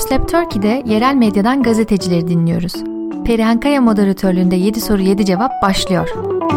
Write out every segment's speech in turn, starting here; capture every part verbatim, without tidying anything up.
Newslab Turkey'de yerel medyadan gazetecileri dinliyoruz. Perihan Kaya moderatörlüğünde yedi soru yedi cevap başlıyor.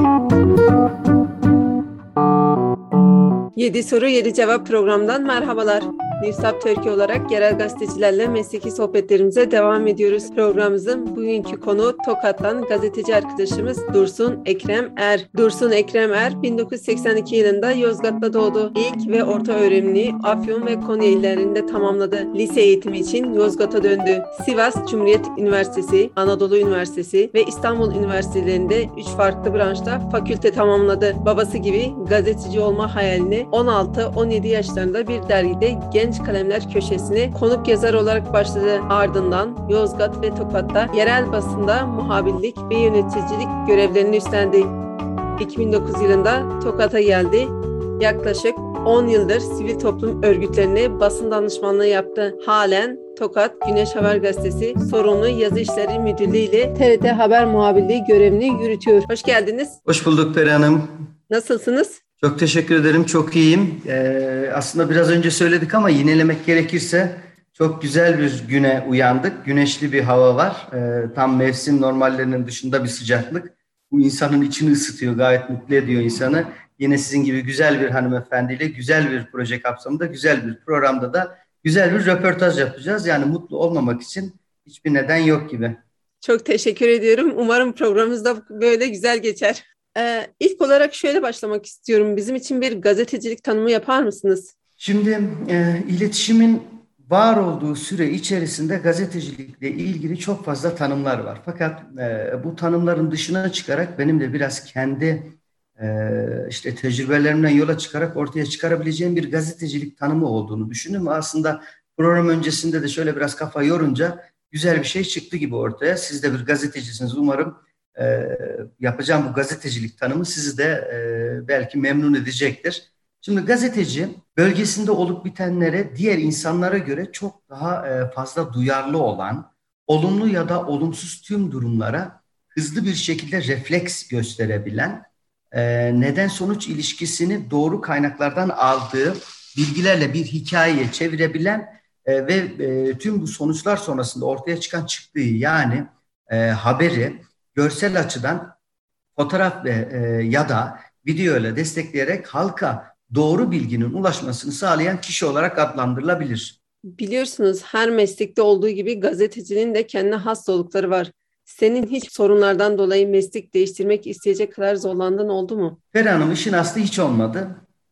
yedi soru yedi cevap programından merhabalar. Newslab Turkey olarak yerel gazetecilerle mesleki sohbetlerimize devam ediyoruz. Programımızın bugünkü konu Tokat'tan gazeteci arkadaşımız Dursun Ekrem Er. Dursun Ekrem Er bin dokuz yüz seksen iki yılında Yozgat'ta doğdu. İlk ve orta öğrenimini Afyon ve Konya illerinde tamamladı. Lise eğitimi için Yozgat'a döndü. Sivas Cumhuriyet Üniversitesi, Anadolu Üniversitesi ve İstanbul Üniversitelerinde üç farklı branşta fakülte tamamladı. Babası gibi gazeteci olma hayalini on altı on yedi yaşlarında bir dergide Genç Kalemler köşesine konuk yazar olarak başladı. Ardından Yozgat ve Tokat'ta yerel basında muhabirlik ve yöneticilik görevlerini üstlendi. iki bin dokuz yılında Tokat'a geldi. Yaklaşık on yıldır sivil toplum örgütlerine basın danışmanlığı yaptı. Halen Tokat Güneş Haber Gazetesi sorumlu yazı işleri müdürlüğü ile T R T Haber muhabirliği görevini yürütüyor. Hoş geldiniz. Hoş bulduk Peri Hanım. Nasılsınız? Çok teşekkür ederim. Çok iyiyim. Ee, aslında biraz önce söyledik ama yinelemek gerekirse çok güzel bir güne uyandık. Güneşli bir hava var. Ee, tam mevsim normallerinin dışında bir sıcaklık. Bu insanın içini ısıtıyor, gayet mutlu ediyor insanı. Yine sizin gibi güzel bir hanımefendiyle güzel bir proje kapsamında, güzel bir programda da güzel bir röportaj yapacağız. Yani mutlu olmamak için hiçbir neden yok gibi. Çok teşekkür ediyorum. Umarım programımız da böyle güzel geçer. Ee, ilk olarak şöyle başlamak istiyorum. Bizim için bir gazetecilik tanımı yapar mısınız? Şimdi e, iletişimin var olduğu süre içerisinde gazetecilikle ilgili çok fazla tanımlar var. Fakat e, bu tanımların dışına çıkarak benim de biraz kendi e, işte tecrübelerimden yola çıkarak ortaya çıkarabileceğim bir gazetecilik tanımı olduğunu düşündüm. Aslında program öncesinde de şöyle biraz kafa yorunca güzel bir şey çıktı gibi ortaya. Siz de bir gazetecisiniz, umarım e, yapacağım bu gazetecilik tanımı sizi de e, belki memnun edecektir. Şimdi gazeteci bölgesinde olup bitenlere diğer insanlara göre çok daha e, fazla duyarlı olan, olumlu ya da olumsuz tüm durumlara hızlı bir şekilde refleks gösterebilen, e, neden-sonuç ilişkisini doğru kaynaklardan aldığı bilgilerle bir hikayeye çevirebilen e, ve e, tüm bu sonuçlar sonrasında ortaya çıkan çıktığı yani e, haberi görsel açıdan fotoğraf ve e, ya da video ile destekleyerek halka doğru bilginin ulaşmasını sağlayan kişi olarak adlandırılabilir. Biliyorsunuz her meslekte olduğu gibi gazetecinin de kendine has zorlukları var. Senin hiç sorunlardan dolayı meslek değiştirmek isteyecek kadar zorlandığın oldu mu? Peri Hanım, işin aslı hiç olmadı.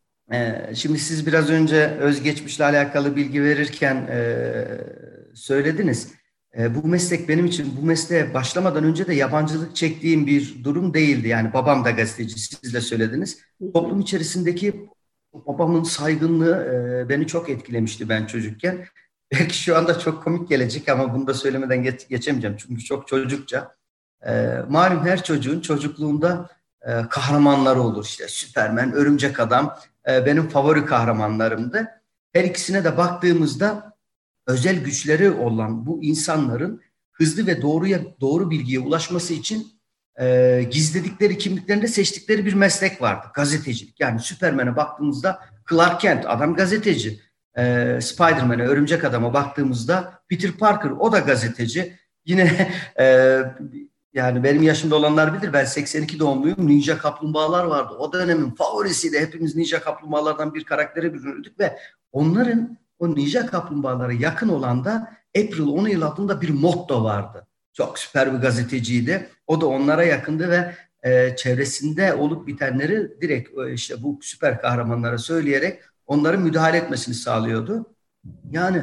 Ee, şimdi siz biraz önce özgeçmişle alakalı bilgi verirken e, söylediniz. E, bu meslek benim için bu mesleğe başlamadan önce de yabancılık çektiğim bir durum değildi. Yani babam da gazeteci, siz de söylediniz. Toplum içerisindeki babamın saygınlığı e, beni çok etkilemişti ben çocukken. Belki şu anda çok komik gelecek ama bunu da söylemeden geç, geçemeyeceğim. Çünkü çok çocukça. E, malum her çocuğun çocukluğunda e, kahramanları olur. İşte Süpermen, Örümcek Adam e, benim favori kahramanlarımdı. Her ikisine de baktığımızda özel güçleri olan bu insanların hızlı ve doğruya doğru bilgiye ulaşması için e, gizledikleri kimliklerinde seçtikleri bir meslek vardı. Gazetecilik. Yani Süpermen'e baktığımızda Clark Kent, adam gazeteci. E, Spider-Man'e, Örümcek Adam'a baktığımızda Peter Parker, o da gazeteci. Yine e, yani benim yaşımda olanlar bilir, ben seksen iki doğumluyum. Ninja Kaplumbağalar vardı. O dönemin favorisiydi. Hepimiz Ninja Kaplumbağalardan bir karaktere bürünürdük ve onların o Ninja Kaplumbağalara yakın olan da April O'Neil adında bir motto vardı. Çok süper bir gazeteciydi. O da onlara yakındı ve e, çevresinde olup bitenleri direkt e, işte bu süper kahramanlara söyleyerek onların müdahale etmesini sağlıyordu. Yani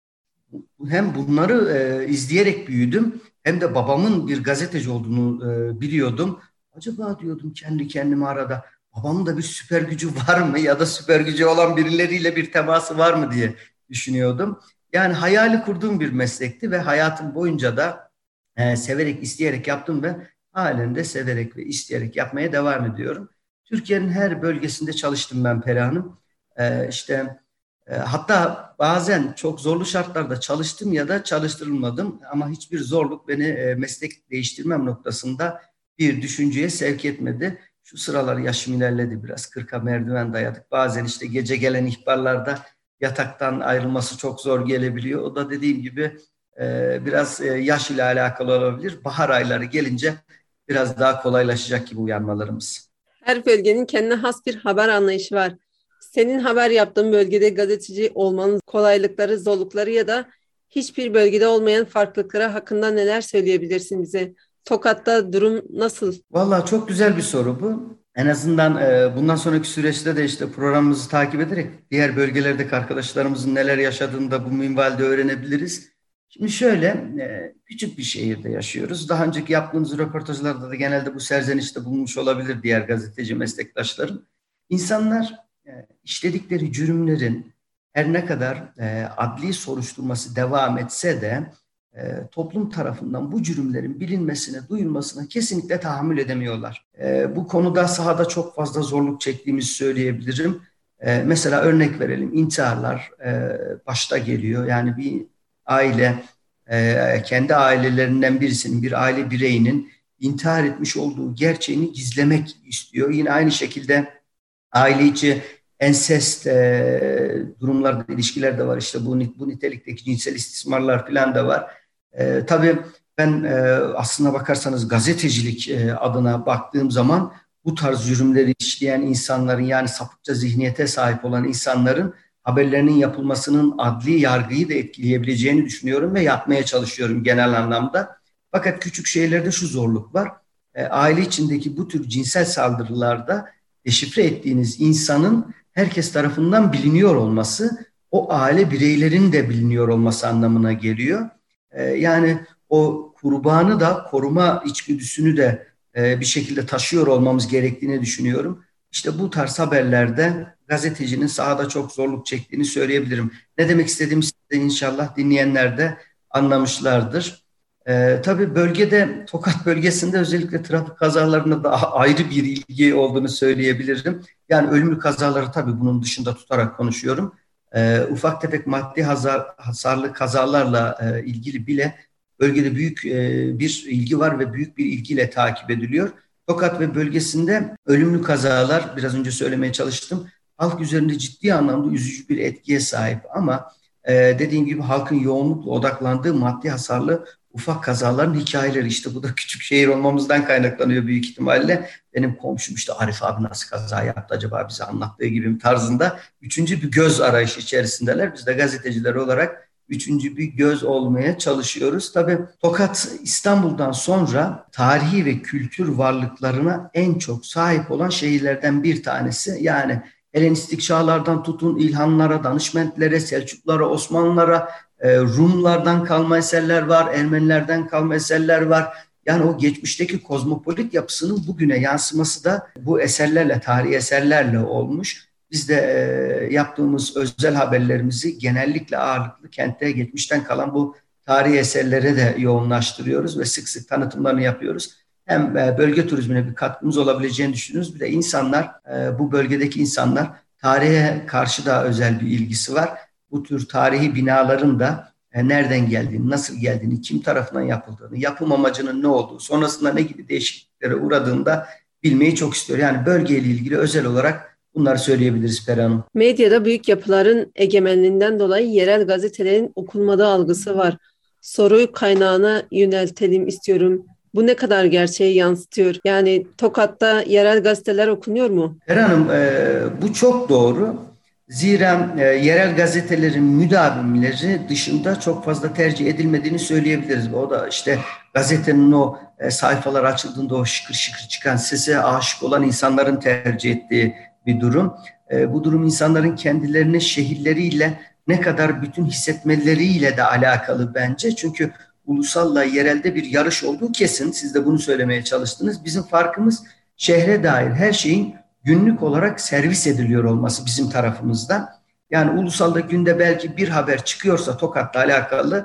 hem bunları e, izleyerek büyüdüm hem de babamın bir gazeteci olduğunu e, biliyordum. Acaba diyordum kendi kendime arada, babamın da bir süper gücü var mı ya da süper gücü olan birileriyle bir teması var mı diye düşünüyordum. Yani hayali kurduğum bir meslekti ve hayatım boyunca da e, severek, isteyerek yaptım ve halen de severek ve isteyerek yapmaya devam ediyorum. Türkiye'nin her bölgesinde çalıştım ben Peri Hanım. E, işte e, hatta bazen çok zorlu şartlarda çalıştım ya da çalıştırılmadım ama hiçbir zorluk beni e, meslek değiştirmem noktasında bir düşünceye sevk etmedi. Şu sıralar yaşım ilerledi biraz. kırka merdiven dayadık. Bazen işte gece gelen ihbarlarda yataktan ayrılması çok zor gelebiliyor. O da dediğim gibi e, biraz e, yaş ile alakalı olabilir. Bahar ayları gelince biraz daha kolaylaşacak gibi uyanmalarımız. Her bölgenin kendine has bir haber anlayışı var. Senin haber yaptığın bölgede gazeteci olmanın kolaylıkları, zorlukları ya da hiçbir bölgede olmayan farklılıkları hakkında neler söyleyebilirsin bize? Tokat'ta durum nasıl? Vallahi çok güzel bir soru bu. En azından e, bundan sonraki süreçte de işte programımızı takip ederek diğer bölgelerdeki arkadaşlarımızın neler yaşadığını da bu minvalde öğrenebiliriz. Şimdi şöyle, e, küçük bir şehirde yaşıyoruz. Daha önceki yaptığımız röportajlarda da genelde bu serzenişte bulunmuş olabilir diğer gazeteci meslektaşlarım. İnsanlar e, işledikleri cürümlerin her ne kadar e, adli soruşturması devam etse de e, toplum tarafından bu cürümlerin bilinmesine, duyulmasına kesinlikle tahammül edemiyorlar. E, bu konuda sahada çok fazla zorluk çektiğimizi söyleyebilirim. E, mesela örnek verelim, intiharlar e, başta geliyor. Yani bir aile, e, kendi ailelerinden birisinin, bir aile bireyinin intihar etmiş olduğu gerçeğini gizlemek istiyor. Yine aynı şekilde aile içi ensest e, durumlarda, ilişkiler de var. İşte bu, bu nitelikteki cinsel istismarlar falan da var. E, tabii ben e, aslına bakarsanız gazetecilik e, adına baktığım zaman bu tarz cürümleri işleyen insanların, yani sapıkça zihniyete sahip olan insanların haberlerinin yapılmasının adli yargıyı da etkileyebileceğini düşünüyorum ve yapmaya çalışıyorum genel anlamda. Fakat küçük şehirlerde şu zorluk var. E, aile içindeki bu tür cinsel saldırılarda deşifre ettiğiniz insanın herkes tarafından biliniyor olması, o aile bireylerinin de biliniyor olması anlamına geliyor. Ee, yani o kurbanı da koruma içgüdüsünü de e, bir şekilde taşıyor olmamız gerektiğini düşünüyorum. İşte bu tarz haberlerde gazetecinin sahada çok zorluk çektiğini söyleyebilirim. Ne demek istediğimi size inşallah dinleyenler de anlamışlardır. Ee, tabii bölgede, Tokat bölgesinde özellikle trafik kazalarına da ayrı bir ilgi olduğunu söyleyebilirim. Yani ölümlü kazaları tabii bunun dışında tutarak konuşuyorum. Ee, ufak tefek maddi hasar, hasarlı kazalarla e, ilgili bile bölgede büyük e, bir ilgi var ve büyük bir ilgiyle takip ediliyor. Tokat ve bölgesinde ölümlü kazalar, biraz önce söylemeye çalıştım, halk üzerinde ciddi anlamda üzücü bir etkiye sahip ama e, dediğim gibi halkın yoğunlukla odaklandığı maddi hasarlı ufak kazaların hikayeleri. İşte bu da küçük şehir olmamızdan kaynaklanıyor büyük ihtimalle. Benim komşum işte Arif abi nasıl kaza yaptı acaba bize anlattığı gibi tarzında üçüncü bir göz arayışı içerisindeler. Biz de gazeteciler olarak üçüncü bir göz olmaya çalışıyoruz. Tabii Tokat İstanbul'dan sonra tarihi ve kültür varlıklarına en çok sahip olan şehirlerden bir tanesi. Yani Helenistik çağlardan tutun İlhanlara, Danışmentlere, Selçuklulara, Osmanlılara, Rumlardan kalma eserler var, Ermenilerden kalma eserler var. Yani o geçmişteki kozmopolit yapısının bugüne yansıması da bu eserlerle, tarihi eserlerle olmuş. Biz de e, yaptığımız özel haberlerimizi genellikle ağırlıklı kentte geçmişten kalan bu tarihi eserlere de yoğunlaştırıyoruz ve sık sık tanıtımlarını yapıyoruz. Hem e, bölge turizmine bir katkımız olabileceğini düşünüyoruz. Bir de insanlar, e, bu bölgedeki insanlar tarihe karşı da özel bir ilgisi var. Bu tür tarihi binaların da e, nereden geldiğini, nasıl geldiğini, kim tarafından yapıldığını, yapım amacının ne olduğu, sonrasında ne gibi değişikliklere uğradığını da bilmeyi çok istiyor. Yani bölgeyle ilgili özel olarak bunları söyleyebiliriz Peri Hanım. Medyada büyük yapıların egemenliğinden dolayı yerel gazetelerin okunmadığı algısı var. Soruyu kaynağına yöneltelim istiyorum. Bu ne kadar gerçeği yansıtıyor? Yani Tokat'ta yerel gazeteler okunuyor mu? Peri Hanım, e, bu çok doğru. Zira e, yerel gazetelerin müdavimleri dışında çok fazla tercih edilmediğini söyleyebiliriz. O da işte gazetenin o e, sayfalar açıldığında o şıkır şıkır çıkan sese aşık olan insanların tercih ettiği bir durum. E, bu durum insanların kendilerini şehirleriyle ne kadar bütün hissetmeleriyle de alakalı bence. Çünkü ulusalla yerelde bir yarış olduğu kesin. Siz de bunu söylemeye çalıştınız. Bizim farkımız şehre dair her şeyin günlük olarak servis ediliyor olması bizim tarafımızdan. Yani ulusalda günde belki bir haber çıkıyorsa Tokat'la alakalı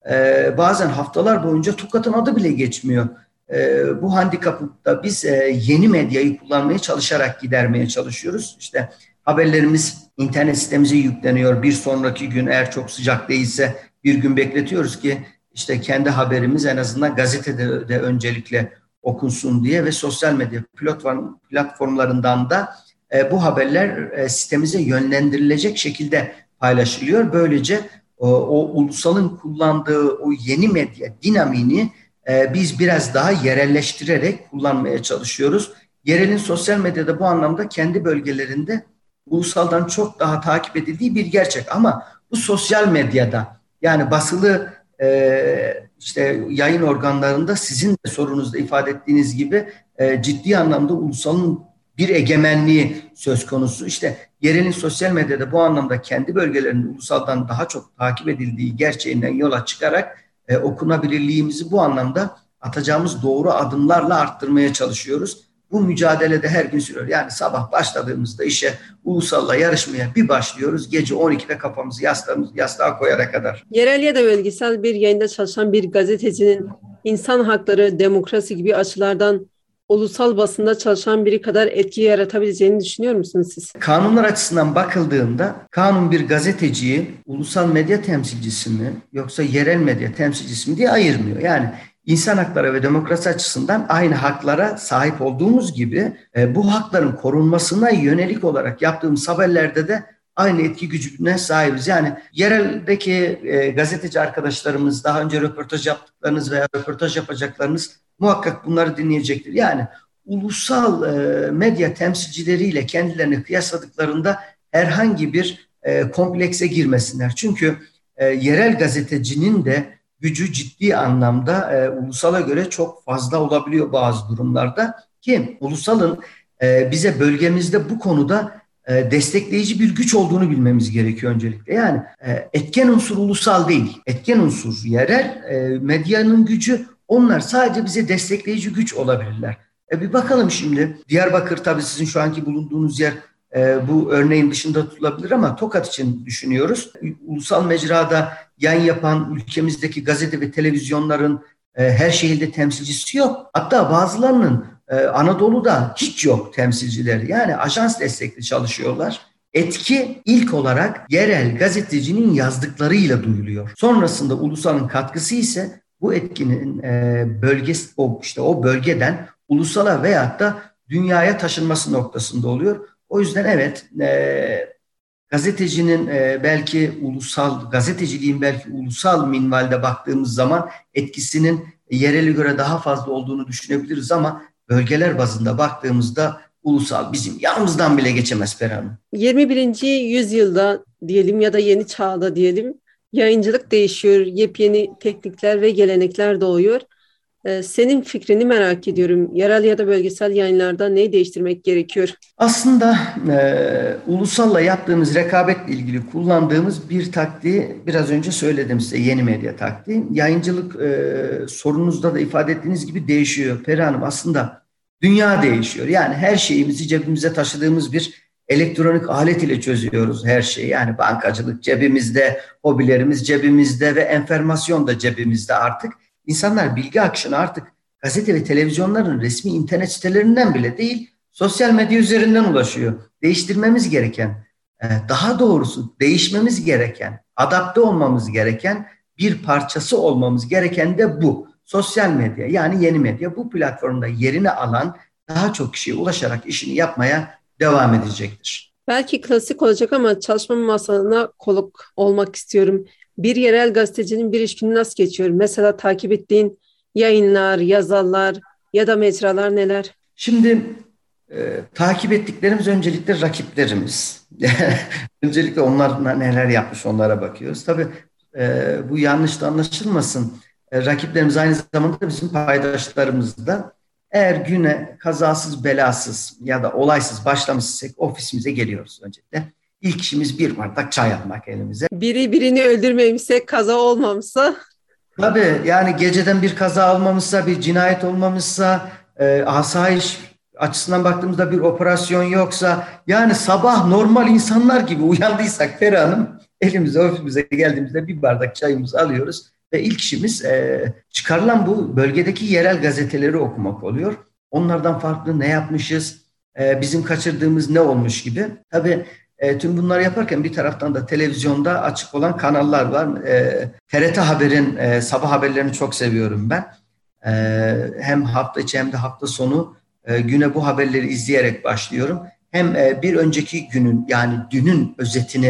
e, bazen haftalar boyunca Tokat'ın adı bile geçmiyor. E, bu handikapı da biz e, yeni medyayı kullanmaya çalışarak gidermeye çalışıyoruz. İşte haberlerimiz internet sitemize yükleniyor. Bir sonraki gün eğer çok sıcak değilse bir gün bekletiyoruz ki işte kendi haberimiz en azından gazetede de öncelikle okunsun diye ve sosyal medya platform, platformlarından da e, bu haberler e, sitemize yönlendirilecek şekilde paylaşılıyor. Böylece o, o ulusalın kullandığı o yeni medya dinamiğini e, biz biraz daha yerelleştirerek kullanmaya çalışıyoruz. Yerelin sosyal medyada bu anlamda kendi bölgelerinde ulusaldan çok daha takip edildiği bir gerçek. Ama bu sosyal medyada, yani basılı e, işte yayın organlarında sizin de sorunuzda ifade ettiğiniz gibi e, ciddi anlamda ulusalın bir egemenliği söz konusu. İşte yerelin sosyal medyada bu anlamda kendi bölgelerinde ulusaldan daha çok takip edildiği gerçeğinden yola çıkarak e, okunabilirliğimizi bu anlamda atacağımız doğru adımlarla arttırmaya çalışıyoruz. Bu mücadelede her gün sürüyor. Yani sabah başladığımızda işe ulusalla yarışmaya bir başlıyoruz. Gece on ikide kafamızı yastığa koyana kadar. Yerel ya da bölgesel bir yayında çalışan bir gazetecinin insan hakları, demokrasi gibi açılardan ulusal basında çalışan biri kadar etki yaratabileceğini düşünüyor musunuz siz? Kanunlar açısından bakıldığında kanun bir gazeteciyi ulusal medya temsilcisi mi yoksa yerel medya temsilcisi mi diye ayırmıyor. Yani İnsan hakları ve demokrasi açısından aynı haklara sahip olduğumuz gibi e, bu hakların korunmasına yönelik olarak yaptığımız haberlerde de aynı etki gücüne sahibiz. Yani yereldeki e, gazeteci arkadaşlarımız, daha önce röportaj yaptıklarınız veya röportaj yapacaklarınız muhakkak bunları dinleyecektir. Yani ulusal e, medya temsilcileriyle kendilerini kıyasladıklarında herhangi bir e, komplekse girmesinler. Çünkü e, yerel gazetecinin de gücü ciddi anlamda e, ulusala göre çok fazla olabiliyor bazı durumlarda ki ulusalın e, bize bölgemizde bu konuda e, destekleyici bir güç olduğunu bilmemiz gerekiyor öncelikle. Yani e, etken unsur ulusal değil, etken unsur yerel, e, medyanın gücü, onlar sadece bize destekleyici güç olabilirler. E, bir bakalım şimdi, Diyarbakır tabii sizin şu anki bulunduğunuz yer e, bu örneğin dışında tutulabilir ama Tokat için düşünüyoruz. Ulusal mecrada yayın yapan ülkemizdeki gazete ve televizyonların e, her şehirde temsilcisi yok. Hatta bazılarının e, Anadolu'da hiç yok temsilcileri. Yani ajans destekli çalışıyorlar. Etki ilk olarak yerel gazetecinin yazdıklarıyla duyuluyor. Sonrasında ulusalın katkısı ise bu etkinin e, bölgesi, o işte o bölgeden ulusala veyahut da dünyaya taşınması noktasında oluyor. O yüzden evet, e, gazetecinin e, belki ulusal, gazeteciliğin belki ulusal minvalde baktığımız zaman etkisinin yerele göre daha fazla olduğunu düşünebiliriz ama bölgeler bazında baktığımızda ulusal bizim yanımızdan bile geçemez Peri Hanım. yirmi birinci yüzyılda diyelim ya da yeni çağda diyelim, yayıncılık değişiyor, yepyeni teknikler ve gelenekler doğuyor. Ee, senin fikrini merak ediyorum. Yerel ya da bölgesel yayınlarda neyi değiştirmek gerekiyor? Aslında e, ulusalla yaptığımız rekabetle ilgili kullandığımız bir taktiği biraz önce söyledim size, yeni medya taktiği. Yayıncılık e, sorunuzda da ifade ettiğiniz gibi değişiyor Peri Hanım. Aslında dünya değişiyor. Yani her şeyimizi cebimize taşıdığımız bir elektronik alet ile çözüyoruz her şeyi. Yani bankacılık cebimizde, hobilerimiz cebimizde ve enformasyon da cebimizde artık. İnsanlar bilgi akışını artık gazete ve televizyonların resmi internet sitelerinden bile değil, sosyal medya üzerinden ulaşıyor. Değiştirmemiz gereken, daha doğrusu değişmemiz gereken, adapte olmamız gereken bir parçası olmamız gereken de bu. Sosyal medya, yani yeni medya, bu platformda yerini alan daha çok kişiye ulaşarak işini yapmaya devam edecektir. Belki klasik olacak ama çalışma masasına konuk olmak istiyorum. Bir yerel gazetecinin bir iş günü nasıl geçiyor? Mesela takip ettiğin yayınlar, yazarlar ya da mecralar neler? Şimdi e, takip ettiklerimiz öncelikle rakiplerimiz. Öncelikle onlar neler yapmış onlara bakıyoruz. Tabii e, bu yanlış da anlaşılmasın. E, rakiplerimiz aynı zamanda bizim paydaşlarımız da. Eğer güne kazasız belasız ya da olaysız başlamışsak ofisimize geliyoruz öncelikle. İlk işimiz bir bardak çay almak elimize. Biri birini öldürmemişse, kaza olmamışsa. Tabii yani geceden bir kaza olmamışsa, bir cinayet olmamışsa, e, asayiş açısından baktığımızda bir operasyon yoksa, yani sabah normal insanlar gibi uyandıysak Peri Hanım, elimize ofisimize geldiğimizde bir bardak çayımızı alıyoruz. Ve ilk işimiz e, çıkarılan bu bölgedeki yerel gazeteleri okumak oluyor. Onlardan farklı ne yapmışız, e, bizim kaçırdığımız ne olmuş gibi. Tabii e, tüm bunları yaparken bir taraftan da televizyonda açık olan kanallar var. E, T R T Haber'in e, sabah haberlerini çok seviyorum ben. E, hem hafta içi hem de hafta sonu e, güne bu haberleri izleyerek başlıyorum. Hem e, bir önceki günün, yani dünün özetini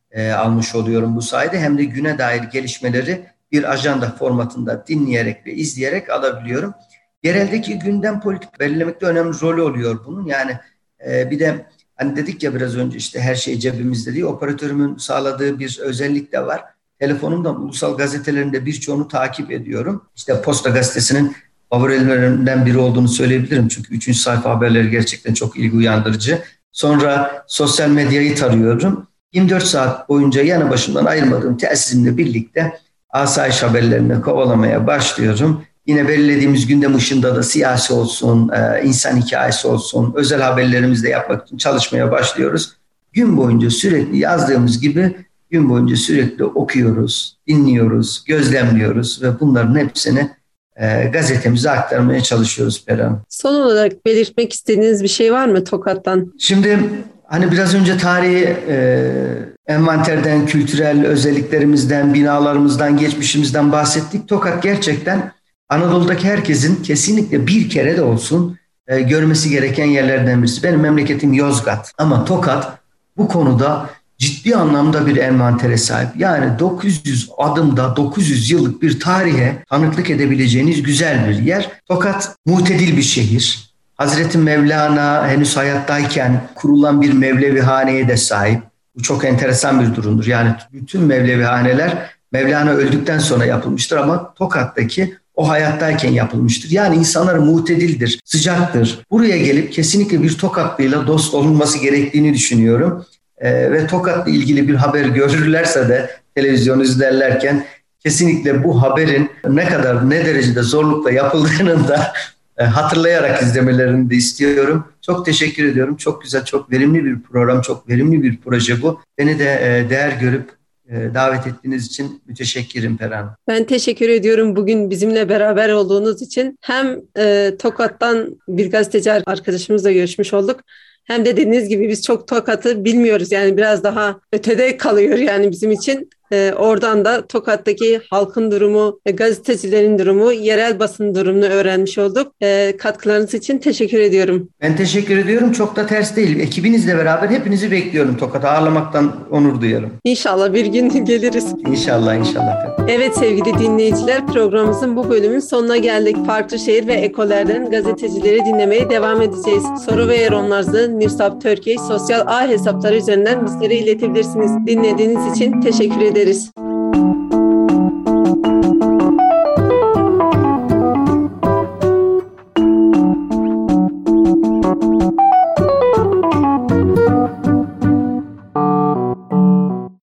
e, almış oluyorum bu sayede. Hem de güne dair gelişmeleri bir ajanda formatında dinleyerek ve izleyerek alabiliyorum. Yereldeki gündem politik belirlemekte önemli rolü oluyor bunun. Yani e, bir de hani dedik ya biraz önce işte her şey cebimizde diye, operatörümün sağladığı bir özellik de var. Telefonumdan ulusal gazetelerinde birçoğunu takip ediyorum. İşte Posta Gazetesi'nin favorilerimden biri olduğunu söyleyebilirim. Çünkü üçüncü sayfa haberleri gerçekten çok ilgi uyandırıcı. Sonra sosyal medyayı tarıyorum. yirmi dört saat boyunca yanı başımdan ayırmadığım telsizimle birlikte asayiş haberlerini kovalamaya başlıyorum. Yine belirlediğimiz gündem ışığında da siyasi olsun, insan hikayesi olsun, özel haberlerimizi de yapmak için çalışmaya başlıyoruz. Gün boyunca sürekli yazdığımız gibi gün boyunca sürekli okuyoruz, dinliyoruz, gözlemliyoruz ve bunların hepsini e, gazetemize aktarmaya çalışıyoruz Perihan. Son olarak belirtmek istediğiniz bir şey var mı Tokat'tan? Şimdi hani biraz önce tarihi e, envanterden, kültürel özelliklerimizden, binalarımızdan, geçmişimizden bahsettik. Tokat gerçekten Anadolu'daki herkesin kesinlikle bir kere de olsun e, görmesi gereken yerlerden birisi. Benim memleketim Yozgat ama Tokat bu konuda ciddi anlamda bir envantere sahip. Yani dokuz yüz adımda dokuz yüz yıllık bir tarihe tanıklık edebileceğiniz güzel bir yer. Tokat mutedil bir şehir. Hazreti Mevlana henüz hayattayken kurulan bir Mevlevihaneye de sahip. Bu çok enteresan bir durumdur. Yani bütün Mevlevihaneler Mevlana öldükten sonra yapılmıştır ama Tokat'taki o hayattayken yapılmıştır. Yani insanlar mutedildir, sıcaktır. Buraya gelip kesinlikle bir Tokatlıyla dost olunması gerektiğini düşünüyorum. Ee, ve Tokat'la ilgili bir haber görürlerse de televizyon izlerlerken kesinlikle bu haberin ne kadar, ne derecede zorlukla yapıldığını da e, hatırlayarak izlemelerini de istiyorum. Çok teşekkür ediyorum. Çok güzel, çok verimli bir program, çok verimli bir proje bu. Beni de e, değer görüp e, davet ettiğiniz için müteşekkirim Perihan. Ben teşekkür ediyorum bugün bizimle beraber olduğunuz için. Hem e, Tokat'tan bir gazeteci arkadaşımızla görüşmüş olduk. Hem de dediğiniz gibi biz çok Tokat'ı bilmiyoruz. Yani biraz daha ötede kalıyor yani bizim için. Ee, oradan da Tokat'taki halkın durumu, gazetecilerin durumu, yerel basın durumunu öğrenmiş olduk. Ee, katkılarınız için teşekkür ediyorum. Ben teşekkür ediyorum. Çok da ters değil. Ekibinizle beraber hepinizi bekliyorum Tokat'a. Ağırlamaktan onur duyarım. İnşallah bir gün geliriz. İnşallah, inşallah. Evet sevgili dinleyiciler, programımızın bu bölümün sonuna geldik. Farklı şehir ve ekollerden gazetecileri dinlemeye devam edeceğiz. Soru ve yorumlarınızı Nirsap Türkiye sosyal ağ hesapları üzerinden bizlere iletebilirsiniz. Dinlediğiniz için teşekkür ederiz.